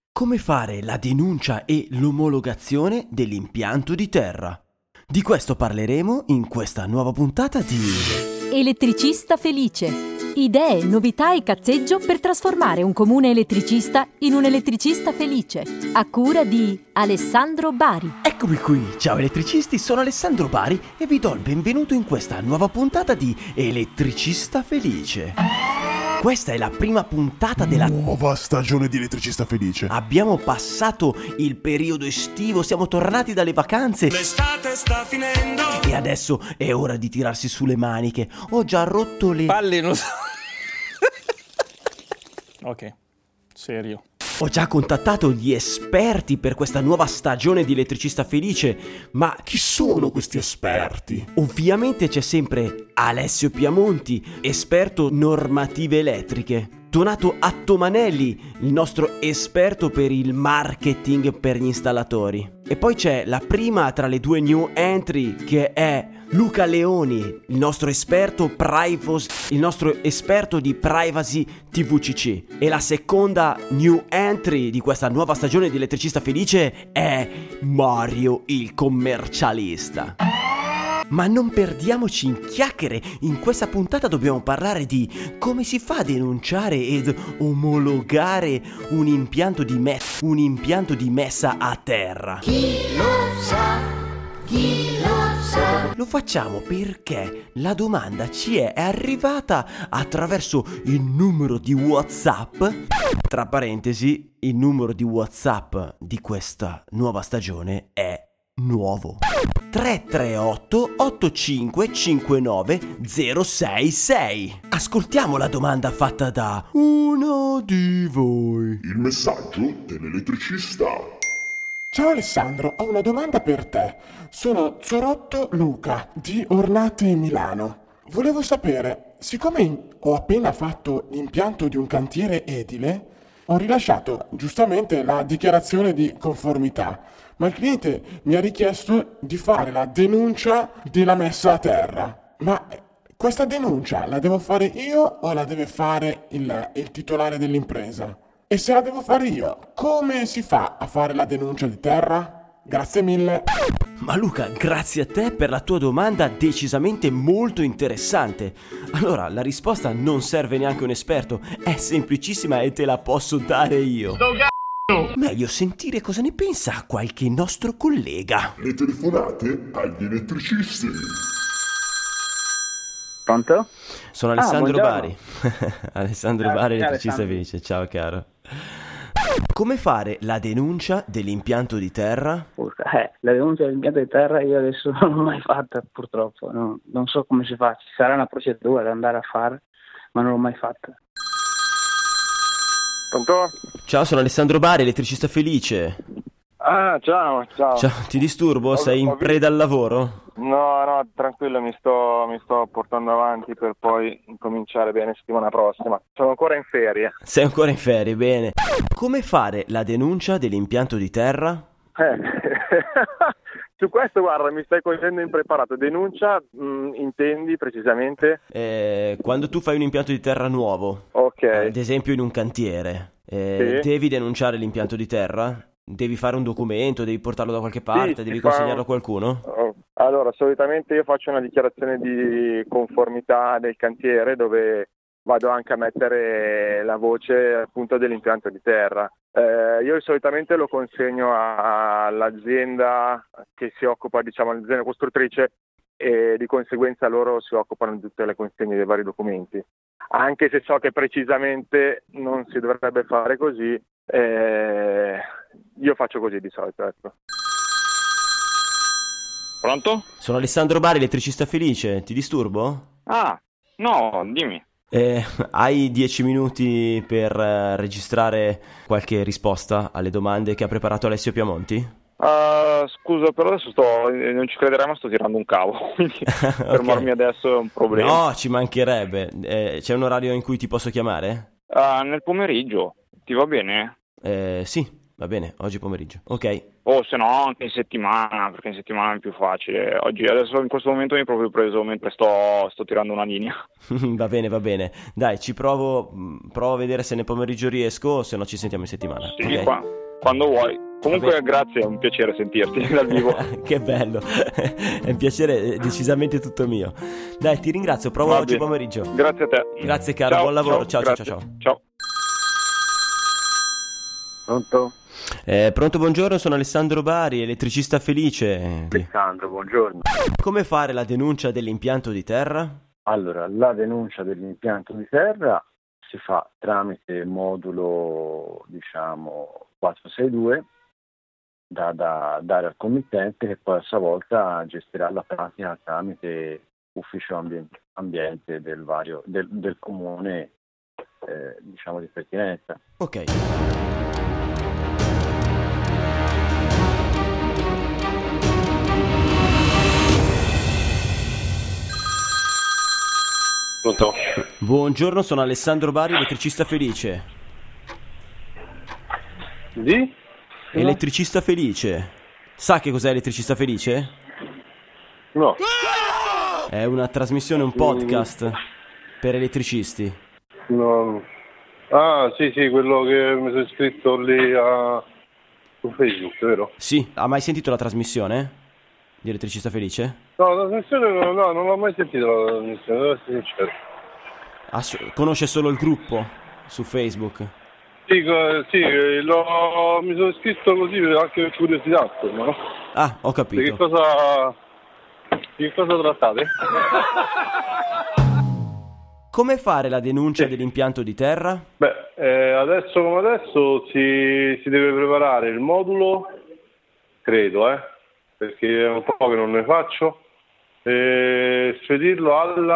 Come fare la denuncia e l'omologazione dell'impianto di terra? Di questo parleremo in questa nuova puntata di Elettricista felice. Idee, novità e cazzeggio per trasformare un comune elettricista in un elettricista felice. A cura di Alessandro Bari. Eccomi qui, ciao elettricisti, sono Alessandro Bari e vi do il benvenuto in questa nuova puntata di Elettricista felice. Questa è la prima puntata della nuova stagione di Elettricista Felice. Abbiamo passato il periodo estivo, siamo tornati dalle vacanze. L'estate sta finendo E adesso è ora di tirarsi su le maniche. Ho già rotto le palle, non so. Ok, serio. Ho già contattato gli esperti per questa nuova stagione di Elettricista Felice, ma Chi sono questi esperti? ovviamente c'è sempre Alessio Piamonti, esperto normative elettriche, Donato Attomanelli, il nostro esperto per il marketing per gli installatori. E poi c'è la prima tra le due new entry che è Luca Leoni, il nostro esperto di privacy TVCC. E la seconda new entry di questa nuova stagione di Elettricista Felice è Mario il commercialista. Ma non perdiamoci in chiacchiere, in questa puntata dobbiamo parlare di come si fa a denunciare ed omologare un impianto di messa a terra. Chi lo sa, chi lo sa. Lo facciamo perché la domanda ci è arrivata attraverso il numero di WhatsApp. Tra parentesi, il numero di WhatsApp di questa nuova stagione è nuovo. 338 8559 066. Ascoltiamo la domanda fatta da uno di voi. Il messaggio dell'elettricista. Ciao Alessandro, ho una domanda per te. Sono Zorotto Luca di Ornate Milano. Volevo sapere, siccome ho appena fatto l'impianto di un cantiere edile, ho rilasciato giustamente la dichiarazione di conformità, ma il cliente mi ha richiesto di fare la denuncia della messa a terra. Ma questa denuncia la devo fare io o la deve fare il titolare dell'impresa? E se la devo fare io, come si fa a fare la denuncia di terra? Grazie mille. Ma Luca, grazie a te per la tua domanda decisamente molto interessante. Allora, la risposta non serve neanche un esperto, è semplicissima e te la posso dare io. Meglio sentire cosa ne pensa qualche nostro collega. Le telefonate agli elettricisti. Pronto? Sono Alessandro buongiorno. Bari. Alessandro Bari, elettricista felice. Ciao caro. Come fare la denuncia dell'impianto di terra? La denuncia dell'impianto di terra io adesso non l'ho mai fatta purtroppo, non so come si fa, ci sarà una procedura da andare a fare, ma non l'ho mai fatta. Pronto? Ciao, sono Alessandro Bari, elettricista felice. Ah, ciao. Ciao, ti disturbo? Sei in preda al lavoro? No, tranquillo, mi sto portando avanti per poi incominciare bene settimana prossima. Sono ancora in ferie. Sei ancora in ferie, bene. Come fare la denuncia dell'impianto di terra? Su questo, guarda, mi stai cogliendo impreparato. Denuncia, intendi precisamente? Quando tu fai un impianto di terra nuovo, Ok. ad esempio in un cantiere, Sì. devi denunciare l'impianto di terra? Devi fare un documento, devi portarlo da qualche parte, Sì, devi si fa- consegnarlo a qualcuno? Allora, solitamente io faccio una dichiarazione di conformità del cantiere dove vado anche a mettere la voce appunto dell'impianto di terra. Io solitamente lo consegno all'azienda che si occupa, diciamo, all'azienda costruttrice, e di conseguenza loro si occupano di tutte le consegne dei vari documenti. Anche se so che precisamente non si dovrebbe fare così, io faccio così di solito, ecco. Pronto? Sono Alessandro Bari, elettricista felice, ti disturbo? Ah, no, dimmi. Hai 10 minuti per registrare qualche risposta alle domande che ha preparato Alessio Piamonti? Scusa, però adesso non ci crederai, ma sto tirando un cavo, quindi fermarmi adesso è un problema. No, ci mancherebbe. C'è un orario in cui ti posso chiamare? Nel pomeriggio, ti va bene? Sì, va bene, oggi pomeriggio. Ok. O se no anche in settimana, perché in settimana è più facile. Adesso in questo momento mi è proprio preso mentre sto tirando una linea. Va bene. Dai, ci provo a vedere se nel pomeriggio riesco, se no ci sentiamo in settimana. Sì, Okay? quando vuoi. Comunque grazie, è un piacere sentirti dal vivo. Che bello, è un piacere decisamente tutto mio. Dai, ti ringrazio, provo oggi pomeriggio. Grazie a te. Grazie caro, Ciao, buon lavoro, ciao. Ciao. Pronto? Pronto, buongiorno, sono Alessandro Bari, elettricista felice. Alessandro, buongiorno. Come fare la denuncia dell'impianto di terra? Allora, la denuncia dell'impianto di terra si fa tramite modulo, 462 da dare al committente, che poi a sua volta gestirà la pratica tramite ufficio ambiente del comune, di pertinenza. Ok. Pronto? Buongiorno, sono Alessandro Bari, elettricista felice. Di? Elettricista felice. Sa che cos'è elettricista felice? No. È una trasmissione, un podcast per elettricisti. No. Ah, sì, quello che mi sono iscritto lì su Facebook, vero? Sì, ha mai sentito la trasmissione di elettricista felice? No, la trasmissione no, non l'ho mai sentita la trasmissione, devo essere sincero. Conosce solo il gruppo su Facebook? Sì, mi sono iscritto così anche per curiosità, insomma, no? Ah, ho capito. Di che cosa trattate? Come fare la denuncia dell'impianto di terra? Beh, adesso come adesso si deve preparare il modulo, credo, perché è un po' che non ne faccio, e spedirlo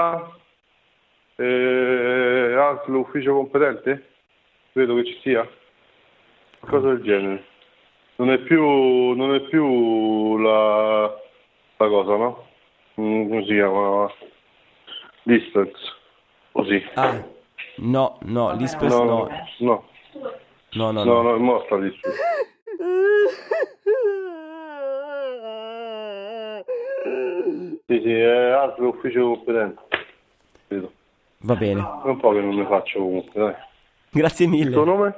all'ufficio competente, credo che ci sia, cosa del genere. Non è più la cosa, no? Come si chiama? Distance, così. Ah, no, l'ISPES no. No, è morta l'ISPES. Sì, è altro ufficio competente, credo. Va bene. È un po' che non ne faccio comunque, dai. Grazie mille. Il tuo nome?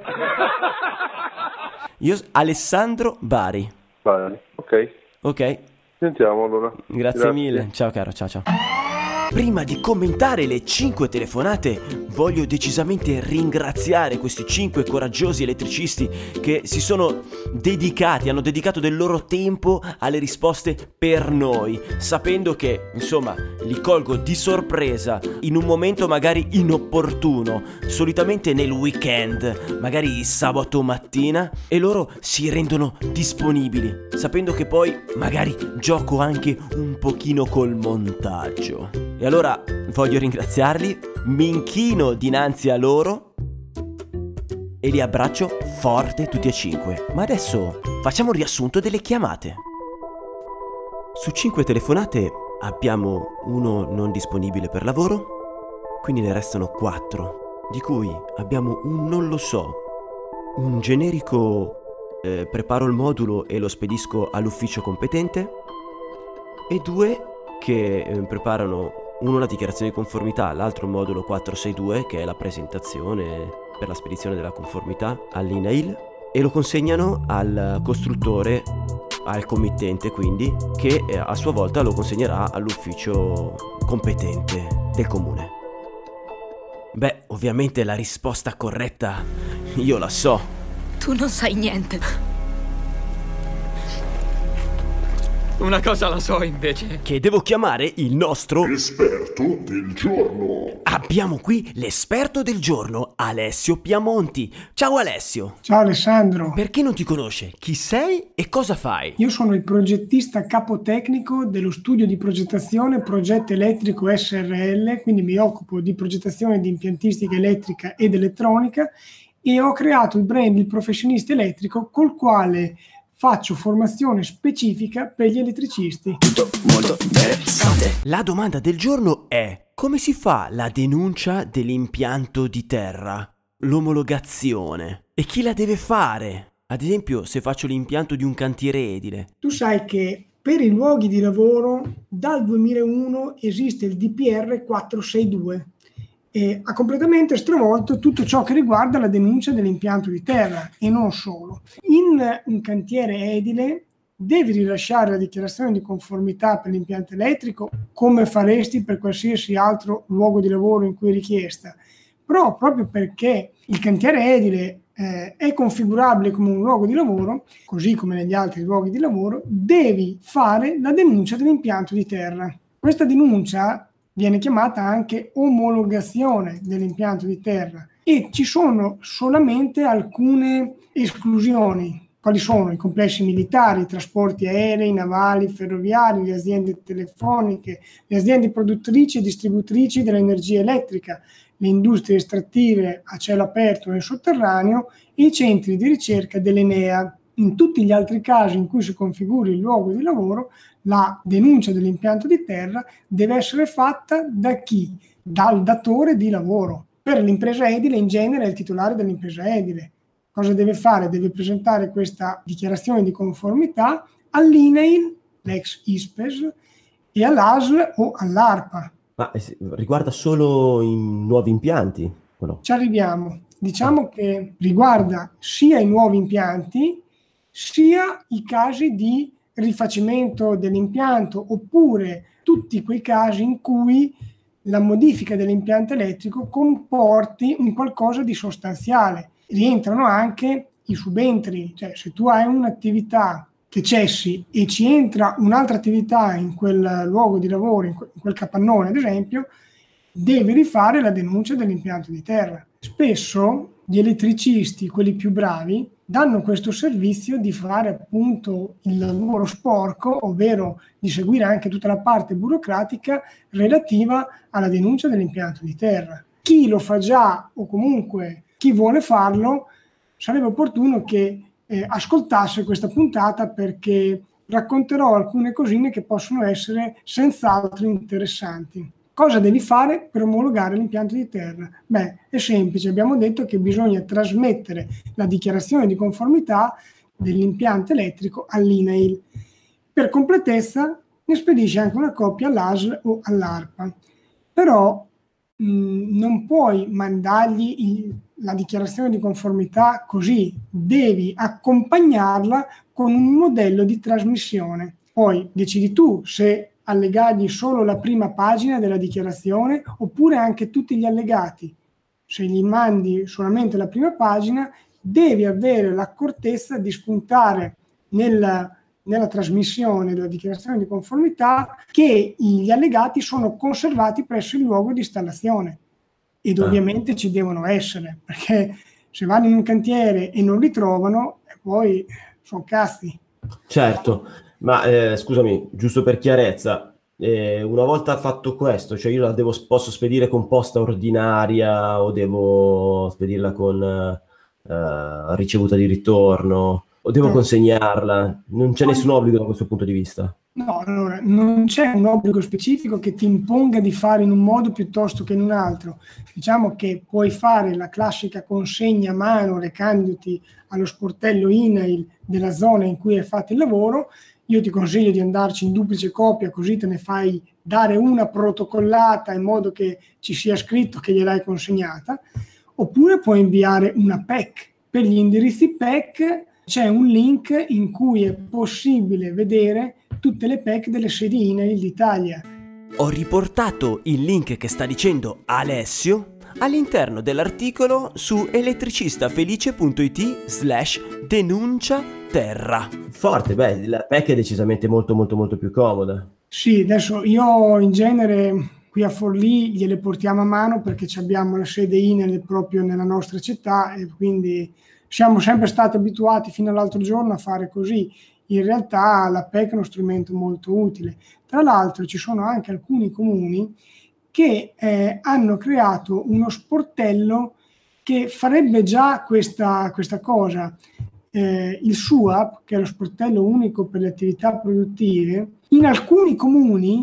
Io Alessandro Bari. Bari, ok. Sentiamo allora. Grazie mille. Ciao caro, ciao. Prima di commentare le 5 telefonate, voglio decisamente ringraziare questi 5 coraggiosi elettricisti che si sono hanno dedicato del loro tempo alle risposte per noi, sapendo che, insomma, li colgo di sorpresa in un momento magari inopportuno, solitamente nel weekend, magari sabato mattina, e loro si rendono disponibili, sapendo che poi magari gioco anche un pochino col montaggio. E allora voglio ringraziarli, mi inchino dinanzi a loro e li abbraccio forte tutti e 5. Ma adesso facciamo un riassunto delle chiamate. Su 5 telefonate abbiamo uno non disponibile per lavoro, quindi ne restano 4, di cui abbiamo un non lo so, un generico preparo il modulo e lo spedisco all'ufficio competente, e 2 che preparano uno la dichiarazione di conformità, l'altro il modulo 462 che è la presentazione per la spedizione della conformità all'INAIL, e lo consegnano al costruttore, al committente quindi, che a sua volta lo consegnerà all'ufficio competente del comune. Beh, ovviamente la risposta corretta io la so. Tu non sai niente. Una cosa la so invece. Che devo chiamare il nostro esperto del giorno. Abbiamo qui l'esperto del giorno, Alessio Piamonti. Ciao Alessio. Ciao Alessandro. Per chi non ti conosce, chi sei e cosa fai? Io sono il progettista capotecnico dello studio di progettazione Progetto Elettrico SRL, quindi mi occupo di progettazione di impiantistica elettrica ed elettronica, e ho creato il brand Il Professionista Elettrico, col quale faccio formazione specifica per gli elettricisti. Tutto molto interessante. La domanda del giorno è: come si fa la denuncia dell'impianto di terra? L'omologazione? E chi la deve fare? Ad esempio, se faccio l'impianto di un cantiere edile. Tu sai che per i luoghi di lavoro dal 2001 esiste il DPR 462 e ha completamente stravolto tutto ciò che riguarda la denuncia dell'impianto di terra e non solo. In un cantiere edile devi rilasciare la dichiarazione di conformità per l'impianto elettrico come faresti per qualsiasi altro luogo di lavoro in cui è richiesta, però proprio perché il cantiere edile è configurabile come un luogo di lavoro, così come negli altri luoghi di lavoro, devi fare la denuncia dell'impianto di terra. Questa denuncia viene chiamata anche omologazione dell'impianto di terra e ci sono solamente alcune esclusioni. Quali sono? I complessi militari, i trasporti aerei, navali, ferroviari, le aziende telefoniche, le aziende produttrici e distributrici dell'energia elettrica, le industrie estrattive a cielo aperto e in sotterraneo e i centri di ricerca dell'Enea. In tutti gli altri casi in cui si configuri il luogo di lavoro, la denuncia dell'impianto di terra deve essere fatta da chi? Dal datore di lavoro. Per l'impresa edile in genere è il titolare dell'impresa edile. Cosa deve fare? Deve presentare questa dichiarazione di conformità all'INAIL, l'ex ISPES, e all'ASL o all'ARPA. Ma riguarda solo i nuovi impianti? O no? Ci arriviamo. Diciamo che riguarda sia i nuovi impianti, sia i casi di rifacimento dell'impianto, oppure tutti quei casi in cui la modifica dell'impianto elettrico comporti un qualcosa di sostanziale. Rientrano anche i subentri, cioè se tu hai un'attività che cessi e ci entra un'altra attività in quel luogo di lavoro, in quel capannone ad esempio, devi rifare la denuncia dell'impianto di terra. Spesso gli elettricisti, quelli più bravi, danno questo servizio di fare appunto il lavoro sporco, ovvero di seguire anche tutta la parte burocratica relativa alla denuncia dell'impianto di terra. Chi lo fa già o comunque chi vuole farlo, sarebbe opportuno che ascoltasse questa puntata, perché racconterò alcune cosine che possono essere senz'altro interessanti. Cosa devi fare per omologare l'impianto di terra? Beh, è semplice, abbiamo detto che bisogna trasmettere la dichiarazione di conformità dell'impianto elettrico all'INAIL. Per completezza ne spedisce anche una copia all'ASL o all'ARPA, però non puoi mandargli la dichiarazione di conformità così, devi accompagnarla con un modello di trasmissione. Poi decidi tu se allegargli solo la prima pagina della dichiarazione oppure anche tutti gli allegati. Se gli mandi solamente la prima pagina, devi avere l'accortezza di spuntare nella trasmissione della dichiarazione di conformità che gli allegati sono conservati presso il luogo di installazione. Ed ovviamente ci devono essere, perché se vanno in un cantiere e non li trovano, poi sono cazzi. Certo, ma scusami, giusto per chiarezza, una volta fatto questo, cioè io posso spedire con posta ordinaria o devo spedirla con ricevuta di ritorno o devo consegnarla? Non c'è nessun obbligo da questo punto di vista? No, allora, non c'è un obbligo specifico che ti imponga di fare in un modo piuttosto che in un altro. Diciamo che puoi fare la classica consegna a mano recandoti allo sportello INAIL della zona in cui hai fatto il lavoro. Io ti consiglio di andarci in duplice copia, così te ne fai dare una protocollata in modo che ci sia scritto che gliel'hai consegnata, oppure puoi inviare una PEC. Per gli indirizzi PEC c'è un link in cui è possibile vedere tutte le PEC delle sedi INAIL d'Italia. Ho riportato il link che sta dicendo Alessio all'interno dell'articolo su elettricistafelice.it/denuncia terra. Forte, beh, la PEC è decisamente molto più comoda. Sì, adesso io in genere qui a Forlì gliele portiamo a mano perché abbiamo la sede INAIL proprio nella nostra città e quindi siamo sempre stati abituati fino all'altro giorno a fare così. In realtà la PEC è uno strumento molto utile. Tra l'altro ci sono anche alcuni comuni che hanno creato uno sportello che farebbe già questa cosa. Il SUAP, che è lo sportello unico per le attività produttive, in alcuni comuni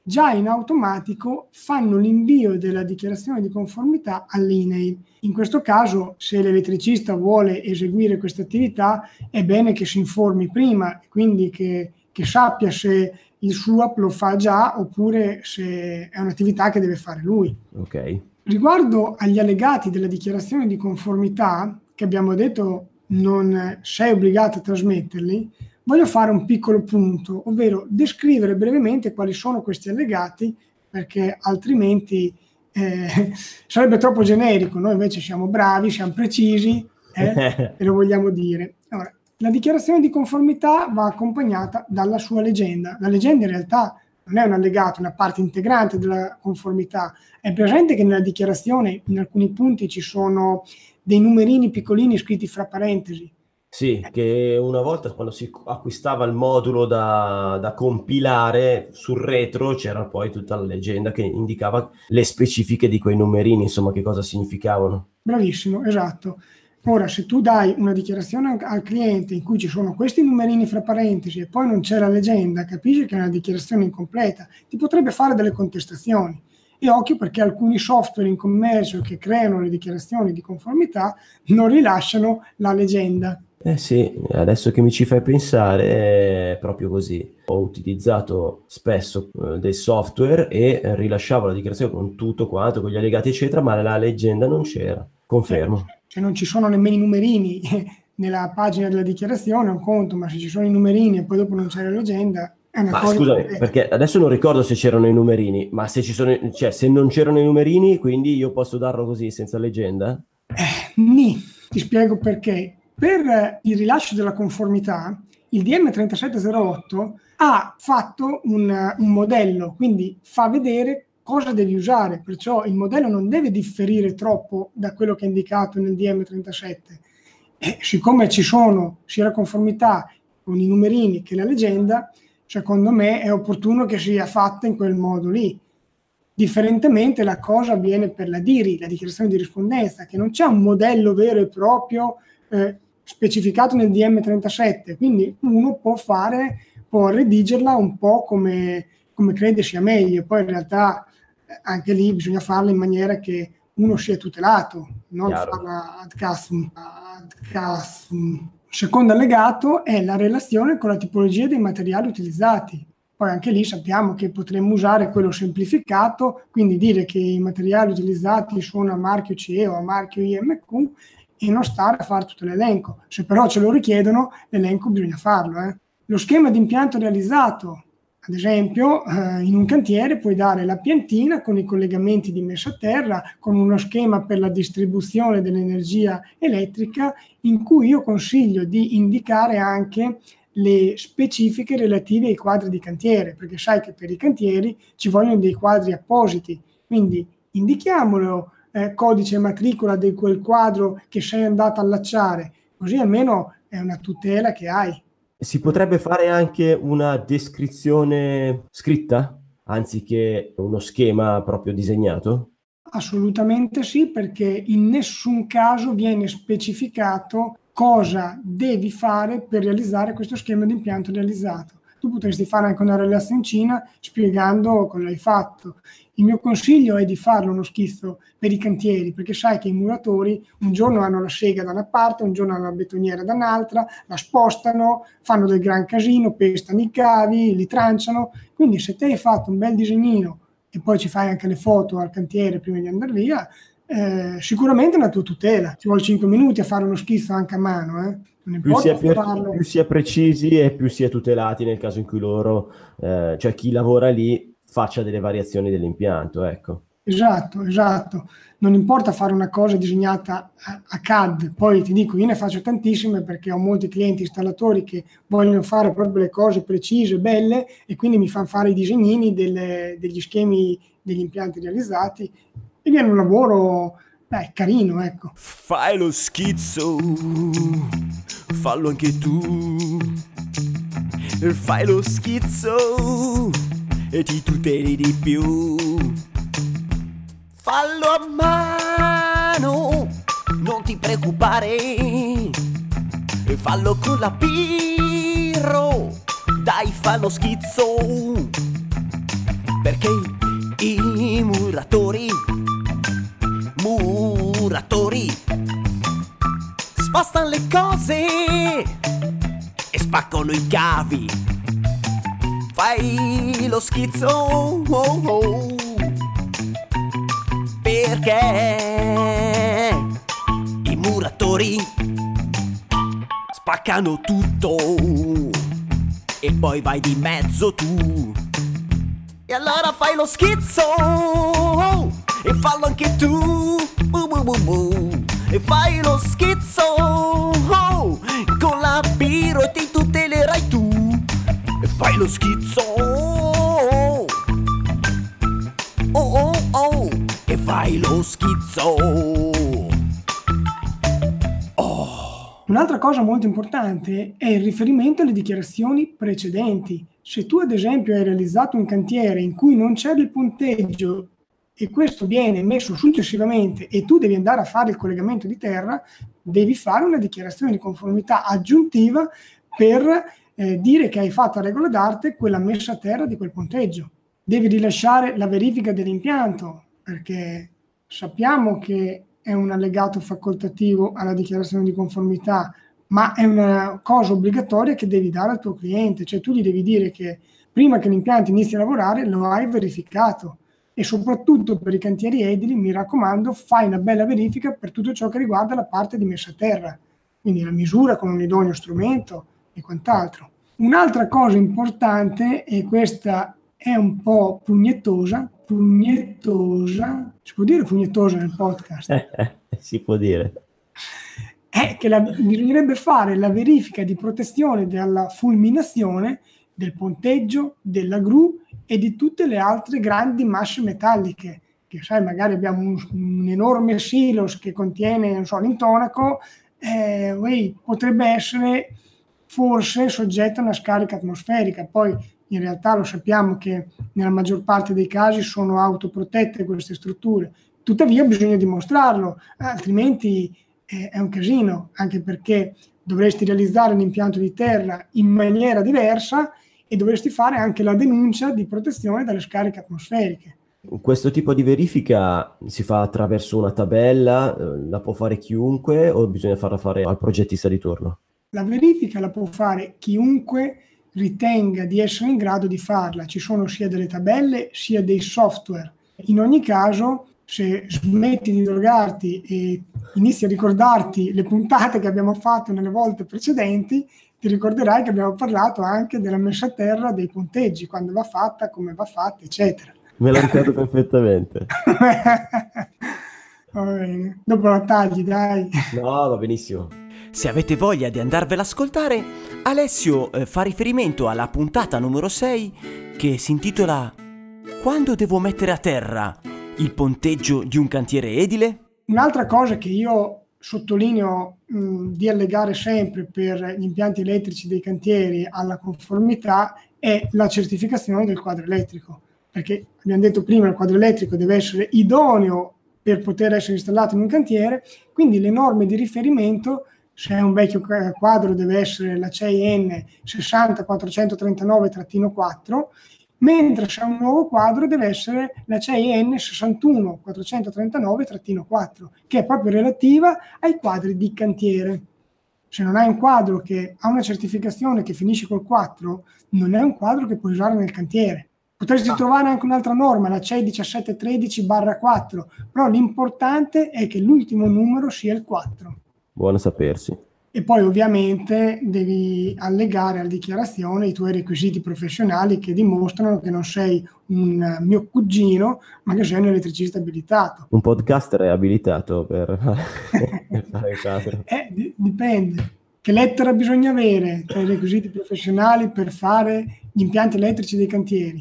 già in automatico fanno l'invio della dichiarazione di conformità all'INAIL. In questo caso, se l'elettricista vuole eseguire questa attività, è bene che si informi prima, quindi che sappia se il SUAP lo fa già oppure se è un'attività che deve fare lui. Ok. Riguardo agli allegati della dichiarazione di conformità, che abbiamo detto non sei obbligato a trasmetterli, voglio fare un piccolo punto, ovvero descrivere brevemente quali sono questi allegati, perché altrimenti sarebbe troppo generico. Noi invece siamo bravi, siamo precisi e lo vogliamo dire. Allora, la dichiarazione di conformità va accompagnata dalla sua legenda. La legenda in realtà non è un allegato, è una parte integrante della conformità. È presente che nella dichiarazione in alcuni punti ci sono dei numerini piccolini scritti fra parentesi. Sì, che una volta quando si acquistava il modulo da compilare, sul retro c'era poi tutta la leggenda che indicava le specifiche di quei numerini, insomma, che cosa significavano. Bravissimo, esatto. Ora, se tu dai una dichiarazione al cliente in cui ci sono questi numerini fra parentesi e poi non c'è la legenda, capisci che è una dichiarazione incompleta, ti potrebbe fare delle contestazioni. E occhio, perché alcuni software in commercio che creano le dichiarazioni di conformità non rilasciano la legenda. Sì, adesso che mi ci fai pensare è proprio così. Ho utilizzato spesso dei software e rilasciavo la dichiarazione con tutto quanto, con gli allegati eccetera, ma la leggenda non c'era, confermo. Se non ci sono nemmeno i numerini nella pagina della dichiarazione, un conto, ma se ci sono i numerini e poi dopo non c'è la leggenda, è una cosa... Scusami, perché adesso non ricordo se c'erano i numerini, ma se ci sono, cioè se non c'erano i numerini, quindi io posso darlo così senza leggenda? Ti spiego perché. Per il rilascio della conformità, il DM 3708 ha fatto un modello, quindi fa vedere cosa devi usare, perciò il modello non deve differire troppo da quello che è indicato nel DM 37. E siccome ci sono sia la conformità con i numerini che la leggenda, secondo me è opportuno che sia fatta in quel modo lì. Differentemente la cosa avviene per la DIRI, la dichiarazione di rispondenza, che non c'è un modello vero e proprio specificato nel DM37, quindi uno può redigerla un po' come crede sia meglio. Poi in realtà anche lì bisogna farla in maniera che uno sia tutelato, non farla ad casum. Il secondo allegato è la relazione con la tipologia dei materiali utilizzati. Poi anche lì sappiamo che potremmo usare quello semplificato, quindi dire che i materiali utilizzati sono a marchio CE o a marchio IMQ e non stare a fare tutto l'elenco. Se però ce lo richiedono, l'elenco bisogna farlo. Lo schema di impianto realizzato, ad esempio, in un cantiere puoi dare la piantina con i collegamenti di messa a terra, con uno schema per la distribuzione dell'energia elettrica, in cui io consiglio di indicare anche le specifiche relative ai quadri di cantiere, perché sai che per i cantieri ci vogliono dei quadri appositi, quindi indichiamolo, codice e matricola di quel quadro che sei andato a allacciare, così almeno è una tutela che hai. Si potrebbe fare anche una descrizione scritta, anziché uno schema proprio disegnato? Assolutamente sì, perché in nessun caso viene specificato cosa devi fare per realizzare questo schema di impianto realizzato. Tu potresti fare anche una relazioncina spiegando cosa hai fatto. Il mio consiglio è di farlo uno schizzo per i cantieri, perché sai che i muratori un giorno hanno la sega da una parte, un giorno hanno la betoniera da un'altra, la spostano, fanno del gran casino, pestano i cavi, li tranciano. Quindi se te hai fatto un bel disegnino e poi ci fai anche le foto al cantiere prima di andare via, sicuramente è una tua tutela. Ci vuole 5 minuti a fare uno schizzo anche a mano, Non più si è precisi e più si è tutelati nel caso in cui loro, cioè chi lavora lì, faccia delle variazioni dell'impianto, ecco. Esatto. Non importa fare una cosa disegnata a CAD, poi ti dico, io ne faccio tantissime perché ho molti clienti installatori che vogliono fare proprio le cose precise, belle, e quindi mi fanno fare i disegnini degli schemi degli impianti realizzati e viene un lavoro carino, ecco. Fai lo schizzo, fallo anche tu, fai lo schizzo e ti tuteli di più. Fallo a mano, non ti preoccupare, e fallo con la pirro, dai, fa lo schizzo, perché perché i muratori spostano le cose e spaccano i cavi. Fai lo schizzo, perché i muratori spaccano tutto e poi vai di mezzo tu. E allora fai lo schizzo e fallo anche tu. E fai lo schizzo con la biro e ti tutelerai tu. E fai lo schizzo e fai lo schizzo. Un'altra cosa molto importante è il riferimento alle dichiarazioni precedenti. Se tu ad esempio hai realizzato un cantiere in cui non c'era il punteggio e questo viene messo successivamente e tu devi andare a fare il collegamento di terra, devi fare una dichiarazione di conformità aggiuntiva per dire che hai fatto a regola d'arte quella messa a terra di quel punteggio. Devi rilasciare la verifica dell'impianto, perché sappiamo che è un allegato facoltativo alla dichiarazione di conformità, ma è una cosa obbligatoria che devi dare al tuo cliente, cioè tu gli devi dire che prima che l'impianto inizi a lavorare lo hai verificato. E soprattutto per i cantieri edili, mi raccomando, fai una bella verifica per tutto ciò che riguarda la parte di messa a terra, quindi la misura con un idoneo strumento e quant'altro. Un'altra cosa importante, e questa è un po' pugnettosa, si può dire pugnettosa nel podcast? Si può dire. È che bisognerebbe fare la verifica di protezione dalla fulminazione del ponteggio, della gru e di tutte le altre grandi masse metalliche, che sai, magari abbiamo un enorme silos che contiene, non so, l'intonaco, potrebbe essere forse soggetto a una scarica atmosferica. Poi in realtà lo sappiamo che nella maggior parte dei casi sono autoprotette queste strutture, tuttavia bisogna dimostrarlo, altrimenti è un casino, anche perché dovresti realizzare l'impianto di terra in maniera diversa e dovresti fare anche la denuncia di protezione dalle scariche atmosferiche. Questo tipo di verifica si fa attraverso una tabella, la può fare chiunque o bisogna farla fare al progettista di turno? La verifica la può fare chiunque ritenga di essere in grado di farla. Ci sono sia delle tabelle sia dei software. In ogni caso, se smetti di drogarti e inizi a ricordarti le puntate che abbiamo fatto nelle volte precedenti, ti ricorderai che abbiamo parlato anche della messa a terra dei punteggi, quando va fatta, come va fatta, eccetera. Me lo ricordo perfettamente. Va bene, dopo la tagli, dai. No, va benissimo. Se avete voglia di andarvela ad ascoltare, Alessio fa riferimento alla puntata numero 6 che si intitola "Quando devo mettere a terra il ponteggio di un cantiere edile?". Un'altra cosa che io sottolineo di allegare sempre per gli impianti elettrici dei cantieri alla conformità è la certificazione del quadro elettrico, perché abbiamo detto prima il quadro elettrico deve essere idoneo per poter essere installato in un cantiere, quindi le norme di riferimento, se è un vecchio quadro deve essere la CEN 60439-4, mentre se è un nuovo quadro deve essere la CEN 61439-4, che è proprio relativa ai quadri di cantiere. Se non hai un quadro che ha una certificazione che finisce col 4, non è un quadro che puoi usare nel cantiere. Potresti trovare anche un'altra norma, la CEI 1713-4, però l'importante è che l'ultimo numero sia il 4. Buono sapersi. E poi ovviamente devi allegare alla dichiarazione i tuoi requisiti professionali che dimostrano che non sei un mio cugino, ma che sei un elettricista abilitato. Un podcaster è abilitato per fare il quadro? Dipende. Che lettera bisogna avere tra i requisiti professionali per fare gli impianti elettrici dei cantieri?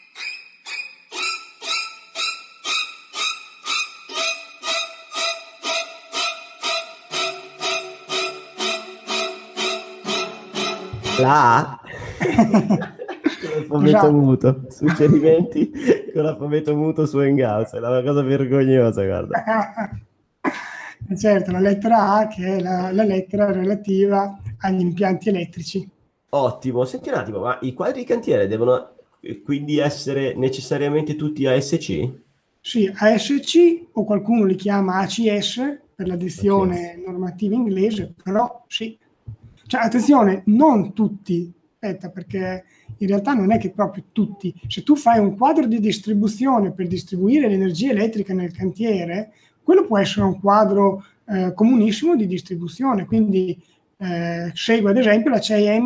La l'alfabeto muto, suggerimenti con l'alfabeto muto su Hangouts, è una cosa vergognosa, guarda. Certo, la lettera A che è la lettera relativa agli impianti elettrici. Ottimo, senti un attimo, ma i quadri di cantiere devono quindi essere necessariamente tutti ASC? Sì, ASC o qualcuno li chiama ACS per la dizione normativa inglese, però sì. Cioè, attenzione, non tutti, aspetta, perché in realtà non è che proprio tutti. Se tu fai un quadro di distribuzione per distribuire l'energia elettrica nel cantiere, quello può essere un quadro comunissimo di distribuzione, quindi segue ad esempio la CIN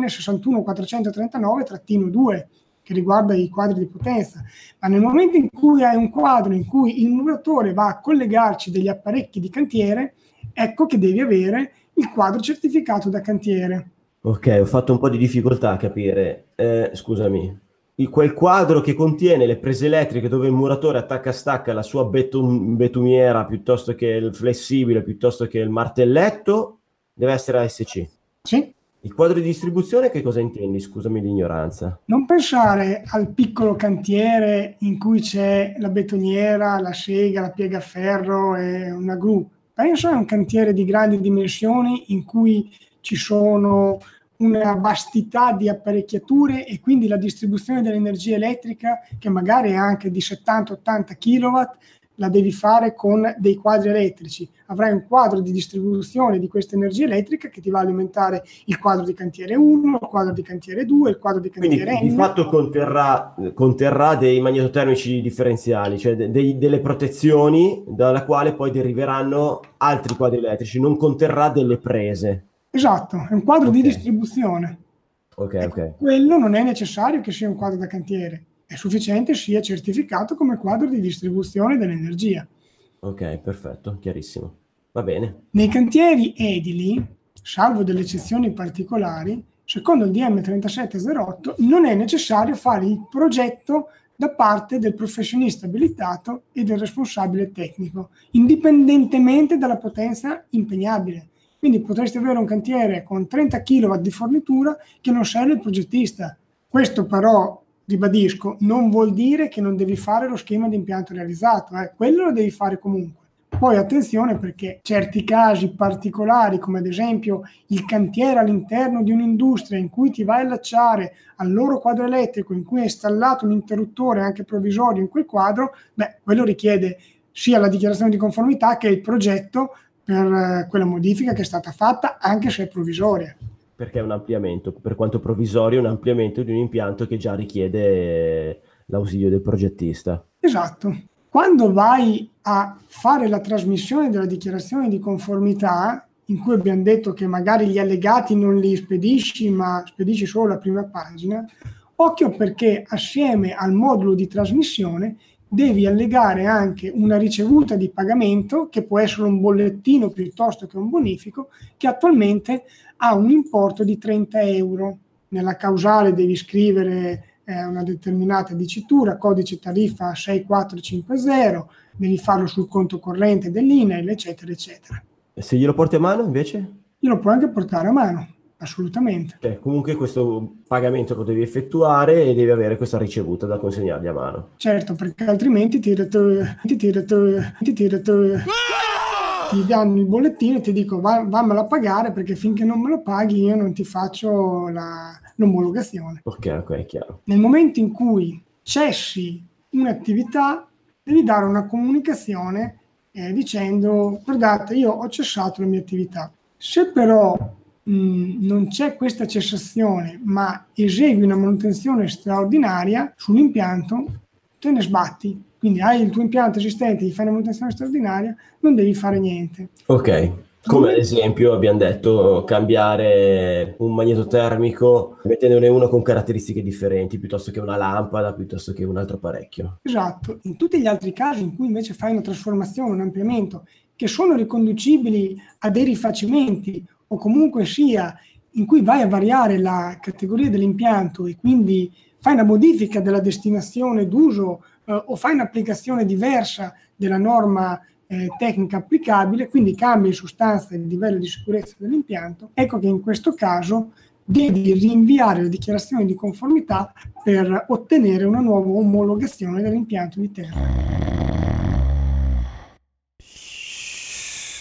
61439-2 che riguarda i quadri di potenza, ma nel momento in cui hai un quadro in cui il muratore va a collegarci degli apparecchi di cantiere, ecco che devi avere il quadro certificato da cantiere. Ok, ho fatto un po' di difficoltà a capire. Scusami, quel quadro che contiene le prese elettriche dove il muratore attacca e stacca la sua betumiera piuttosto che il flessibile, piuttosto che il martelletto, deve essere ASC. Sì. Il quadro di distribuzione che cosa intendi? Scusami l'ignoranza. Non pensare al piccolo cantiere in cui c'è la betoniera, la sega, la piegaferro e una gru. Penso a un cantiere di grandi dimensioni in cui ci sono una vastità di apparecchiature e quindi la distribuzione dell'energia elettrica, che magari è anche di 70-80 kW, la devi fare con dei quadri elettrici. Avrai un quadro di distribuzione di questa energia elettrica che ti va a alimentare il quadro di cantiere 1, il quadro di cantiere 2, il quadro di cantiere N. Quindi di fatto conterrà dei magnetotermici differenziali, cioè delle protezioni dalla quale poi deriveranno altri quadri elettrici, non conterrà delle prese. Esatto, è un quadro di distribuzione. Ok. Quello non è necessario che sia un quadro da cantiere. È sufficiente sia certificato come quadro di distribuzione dell'energia. Ok, perfetto, chiarissimo. Va bene. Nei cantieri edili, salvo delle eccezioni particolari, secondo il DM 3708 non è necessario fare il progetto da parte del professionista abilitato e del responsabile tecnico, indipendentemente dalla potenza impegnabile. Quindi potresti avere un cantiere con 30 kW di fornitura che non serve il progettista. Questo però, ribadisco, non vuol dire che non devi fare lo schema di impianto realizzato, quello lo devi fare comunque. Poi attenzione, perché certi casi particolari, come ad esempio il cantiere all'interno di un'industria in cui ti vai a allacciare al loro quadro elettrico, in cui è installato un interruttore anche provvisorio in quel quadro, quello richiede sia la dichiarazione di conformità che il progetto per quella modifica che è stata fatta, anche se è provvisoria. Perché è un ampliamento, per quanto provvisorio, è un ampliamento di un impianto che già richiede l'ausilio del progettista. Esatto. Quando vai a fare la trasmissione della dichiarazione di conformità, in cui abbiamo detto che magari gli allegati non li spedisci, ma spedisci solo la prima pagina, occhio, perché assieme al modulo di trasmissione devi allegare anche una ricevuta di pagamento, che può essere un bollettino piuttosto che un bonifico, che attualmente ha un importo di 30 euro. Nella causale devi scrivere una determinata dicitura, codice tariffa 6450, devi farlo sul conto corrente dell'INAIL, eccetera, eccetera. E se glielo porti a mano invece? Glielo puoi anche portare a mano, assolutamente. Comunque questo pagamento lo devi effettuare e devi avere questa ricevuta da consegnargli a mano. Certo, perché altrimenti ti danno il bollettino e ti dico vammelo a pagare, perché finché non me lo paghi io non ti faccio l'omologazione. Ok, chiaro. Nel momento in cui cessi un'attività devi dare una comunicazione dicendo: guardate, io ho cessato la mia attività. Se però non c'è questa cessazione, ma esegui una manutenzione straordinaria sull'impianto, te ne sbatti. Quindi hai il tuo impianto esistente, gli fai una manutenzione straordinaria, non devi fare niente. Ok, come ad esempio abbiamo detto, cambiare un magnetotermico mettendone uno con caratteristiche differenti, piuttosto che una lampada, piuttosto che un altro apparecchio. Esatto. In tutti gli altri casi in cui invece fai una trasformazione, un ampliamento, che sono riconducibili a dei rifacimenti, o comunque sia in cui vai a variare la categoria dell'impianto e quindi fai una modifica della destinazione d'uso o fai un'applicazione diversa della norma tecnica applicabile, quindi cambi in sostanza il livello di sicurezza dell'impianto, ecco che in questo caso devi rinviare la dichiarazione di conformità per ottenere una nuova omologazione dell'impianto di terra.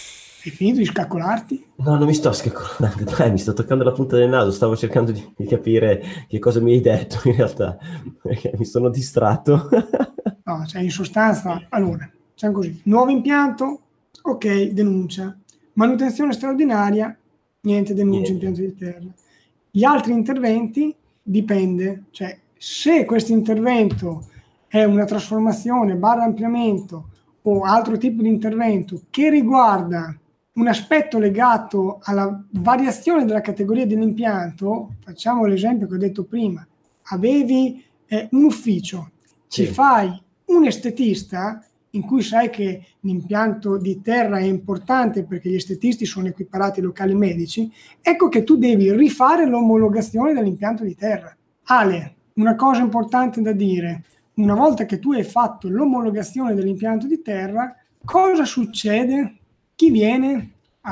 Hai finito di scaccolarti? No, non mi sto scaccolando, dai, mi sto toccando la punta del naso, stavo cercando di capire che cosa mi hai detto in realtà, perché mi sono distratto. No, cioè in sostanza, allora, diciamo così, nuovo impianto, ok, denuncia. Manutenzione straordinaria, niente denuncia, impianto di terra. Gli altri interventi dipende, cioè se questo intervento è una trasformazione, ampliamento o altro tipo di intervento che riguarda un aspetto legato alla variazione della categoria dell'impianto, facciamo l'esempio che ho detto prima, avevi un ufficio, ci fai un estetista in cui sai che l'impianto di terra è importante perché gli estetisti sono equiparati ai locali medici, ecco che tu devi rifare l'omologazione dell'impianto di terra. Ale, una cosa importante da dire, una volta che tu hai fatto l'omologazione dell'impianto di terra, cosa succede? Chi viene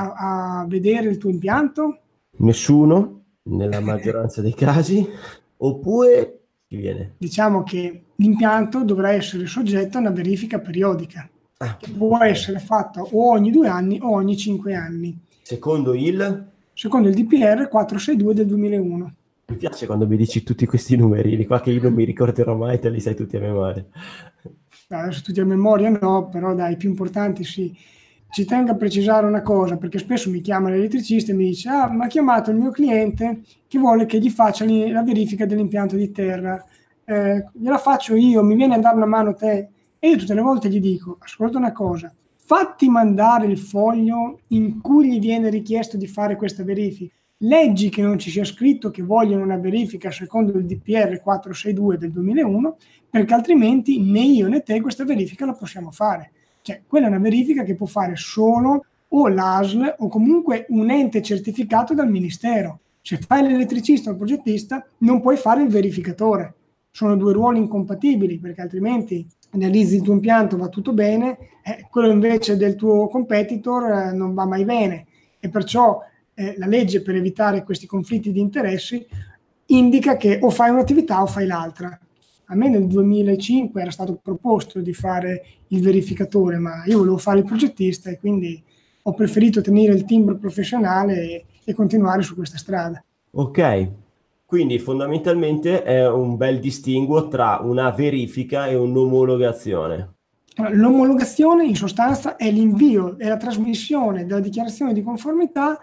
a vedere il tuo impianto? Nessuno, nella maggioranza dei casi, oppure chi viene? Diciamo che l'impianto dovrà essere soggetto a una verifica periodica, che può essere fatta o ogni 2 anni o ogni 5 anni. Secondo il DPR 462 del 2001. Mi piace quando mi dici tutti questi numerini qua che io non mi ricorderò mai, te li sai tutti a memoria. Adesso tutti a memoria no, però dai, i più importanti sì. Ci tengo a precisare una cosa, perché spesso mi chiama l'elettricista e mi dice mi ha chiamato il mio cliente che vuole che gli faccia la verifica dell'impianto di terra. Gliela faccio io, mi viene a dare una mano te? E io tutte le volte gli dico, ascolta una cosa, fatti mandare il foglio in cui gli viene richiesto di fare questa verifica. Leggi che non ci sia scritto che vogliono una verifica secondo il DPR 462 del 2001, perché altrimenti né io né te questa verifica la possiamo fare. Cioè, quella è una verifica che può fare solo o l'ASL o comunque un ente certificato dal Ministero. Se fai l'elettricista o il progettista, non puoi fare il verificatore. Sono 2 ruoli incompatibili, perché altrimenti analizzi il tuo impianto, va tutto bene, quello invece del tuo competitor non va mai bene. E perciò la legge, per evitare questi conflitti di interessi, indica che o fai un'attività o fai l'altra. A me nel 2005 era stato proposto di fare il verificatore, ma io volevo fare il progettista e quindi ho preferito tenere il timbro professionale e continuare su questa strada. Ok, quindi fondamentalmente è un bel distinguo tra una verifica e un'omologazione. L'omologazione in sostanza è l'invio e la trasmissione della dichiarazione di conformità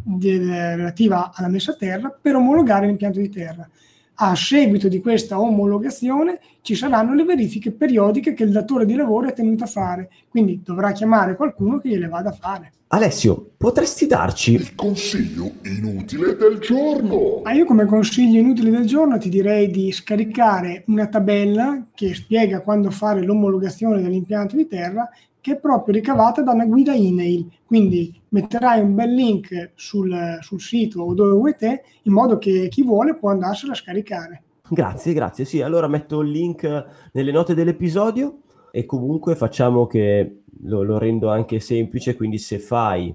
relativa alla messa a terra per omologare l'impianto di terra. A seguito di questa omologazione ci saranno le verifiche periodiche che il datore di lavoro è tenuto a fare, quindi dovrà chiamare qualcuno che gliele vada a fare. Alessio, potresti darci il consiglio inutile del giorno? Io come consiglio inutile del giorno ti direi di scaricare una tabella che spiega quando fare l'omologazione dell'impianto di terra, che è proprio ricavata da una guida email, quindi metterai un bel link sul sito o dove vuoi te, in modo che chi vuole può andarsela a scaricare. Grazie, sì, allora metto il link nelle note dell'episodio e comunque facciamo che lo rendo anche semplice, quindi se fai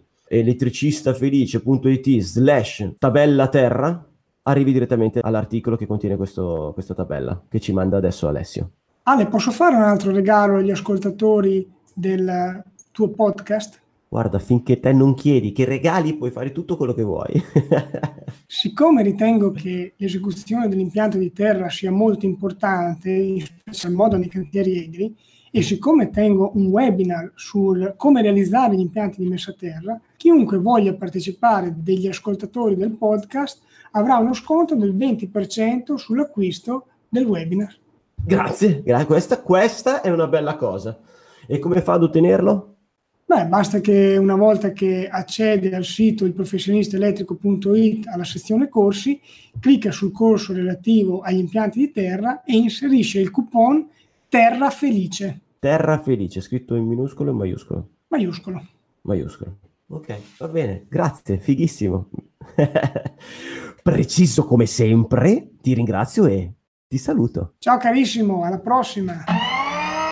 elettricistafelice.it/tabella terra, arrivi direttamente all'articolo che contiene questa tabella, che ci manda adesso Alessio. Ale, posso fare un altro regalo agli ascoltatori del tuo podcast? Guarda, finché te non chiedi che regali puoi fare tutto quello che vuoi. Siccome ritengo che l'esecuzione dell'impianto di terra sia molto importante, in special modo nei cantieri edili, e siccome tengo un webinar sul come realizzare gli impianti di messa a terra, chiunque voglia partecipare degli ascoltatori del podcast avrà uno sconto del 20% sull'acquisto del webinar. Grazie, questa è una bella cosa. E come fa ad ottenerlo? Basta che una volta che accede al sito ilprofessionistaelettrico.it alla sezione corsi, clicca sul corso relativo agli impianti di terra e inserisce il coupon Terra Felice. Terra Felice, scritto in minuscolo o in maiuscolo? Maiuscolo. Ok, va bene, grazie, fighissimo. Preciso come sempre, ti ringrazio e ti saluto. Ciao carissimo, alla prossima.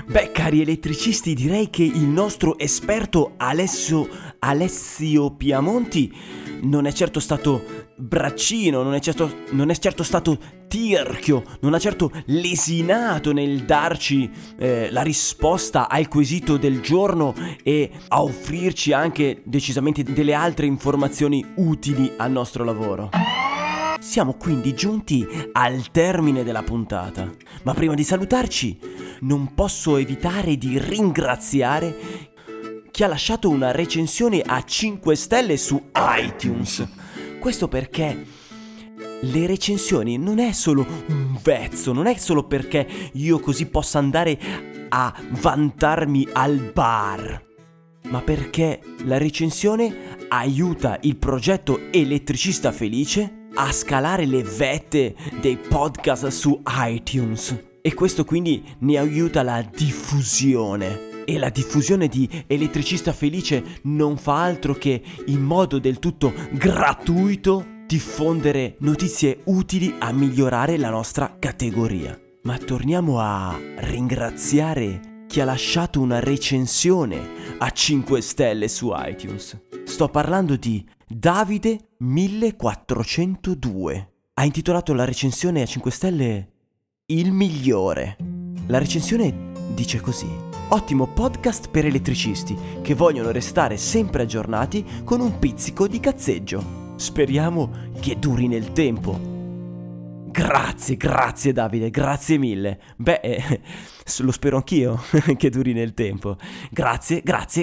Beh, cari elettricisti, direi che il nostro esperto Alessio Piamonti non è certo stato braccino, non è certo stato tirchio, non ha certo lesinato nel darci la risposta al quesito del giorno e a offrirci anche decisamente delle altre informazioni utili al nostro lavoro. Siamo quindi giunti al termine della puntata, ma prima di salutarci non posso evitare di ringraziare chi ha lasciato una recensione a 5 stelle su iTunes. Questo perché le recensioni non è solo un vezzo, non è solo perché io così possa andare a vantarmi al bar, ma perché la recensione aiuta il progetto Elettricista Felice a scalare le vette dei podcast su iTunes, e questo quindi ne aiuta la diffusione. E la diffusione di Elettricista Felice non fa altro che, in modo del tutto gratuito, diffondere notizie utili a migliorare la nostra categoria. Ma torniamo a ringraziare chi ha lasciato una recensione a 5 stelle su iTunes. Sto parlando di Davide 1402. Ha intitolato la recensione a 5 stelle Il migliore. La recensione dice così: ottimo podcast per elettricisti che vogliono restare sempre aggiornati con un pizzico di cazzeggio. Speriamo che duri nel tempo. Grazie Davide, grazie mille. Beh, lo spero anch'io che duri nel tempo. Grazie.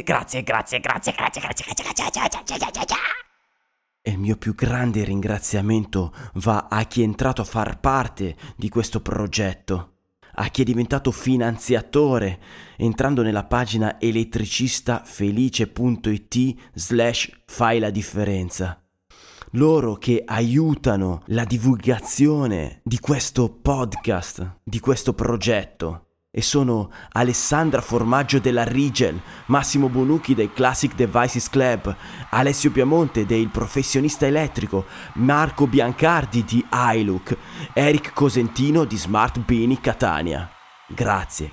E il mio più grande ringraziamento va a chi è entrato a far parte di questo progetto, a chi è diventato finanziatore entrando nella pagina elettricistafelice.it/fai la differenza. Loro che aiutano la divulgazione di questo podcast, di questo progetto. E sono Alessandra Formaggio della Rigel, Massimo Bonucchi del Classic Devices Club, Alessio Piamonte del Professionista Elettrico, Marco Biancardi di iLook, Eric Cosentino di Smart Bini Catania. Grazie.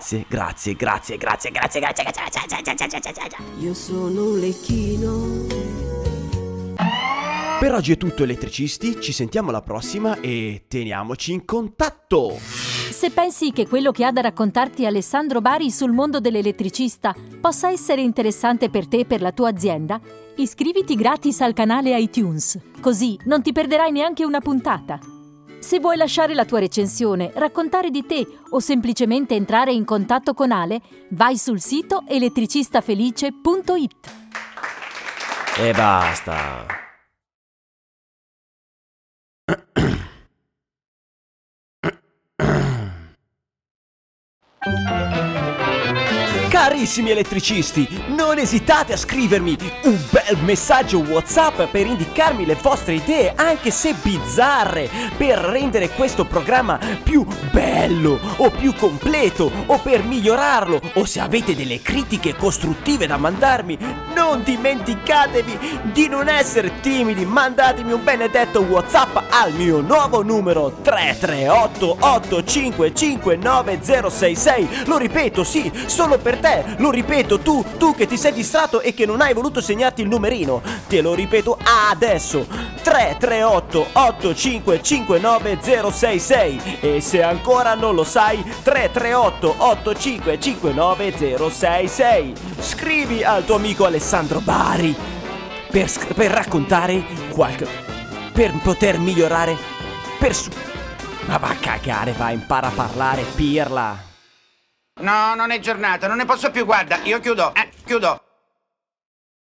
Io sono un lecchino. Per oggi è tutto elettricisti, ci sentiamo alla prossima e teniamoci in contatto! Se pensi che quello che ha da raccontarti Alessandro Bari sul mondo dell'elettricista possa essere interessante per te e per la tua azienda, iscriviti gratis al canale iTunes, così non ti perderai neanche una puntata. Se vuoi lasciare la tua recensione, raccontare di te o semplicemente entrare in contatto con Ale, vai sul sito elettricistafelice.it. E basta! Carissimi elettricisti, non esitate a scrivermi un bel messaggio WhatsApp per indicarmi le vostre idee, anche se bizzarre, per rendere questo programma più bello o più completo o per migliorarlo, o se avete delle critiche costruttive da mandarmi, non dimenticatevi di non essere timidi, mandatemi un benedetto WhatsApp al mio nuovo numero 338 855 9066. Lo ripeto, sì, solo per te. Lo ripeto, tu che ti sei distratto e che non hai voluto segnarti il numerino. Te lo ripeto adesso: 338 855 9066. E se ancora non lo sai, 338 855 9066. Scrivi al tuo amico Alessandro Bari per raccontare per poter migliorare ma va a cagare, va, impara a parlare, pirla. No, non è giornata, non ne posso più, guarda, io chiudo.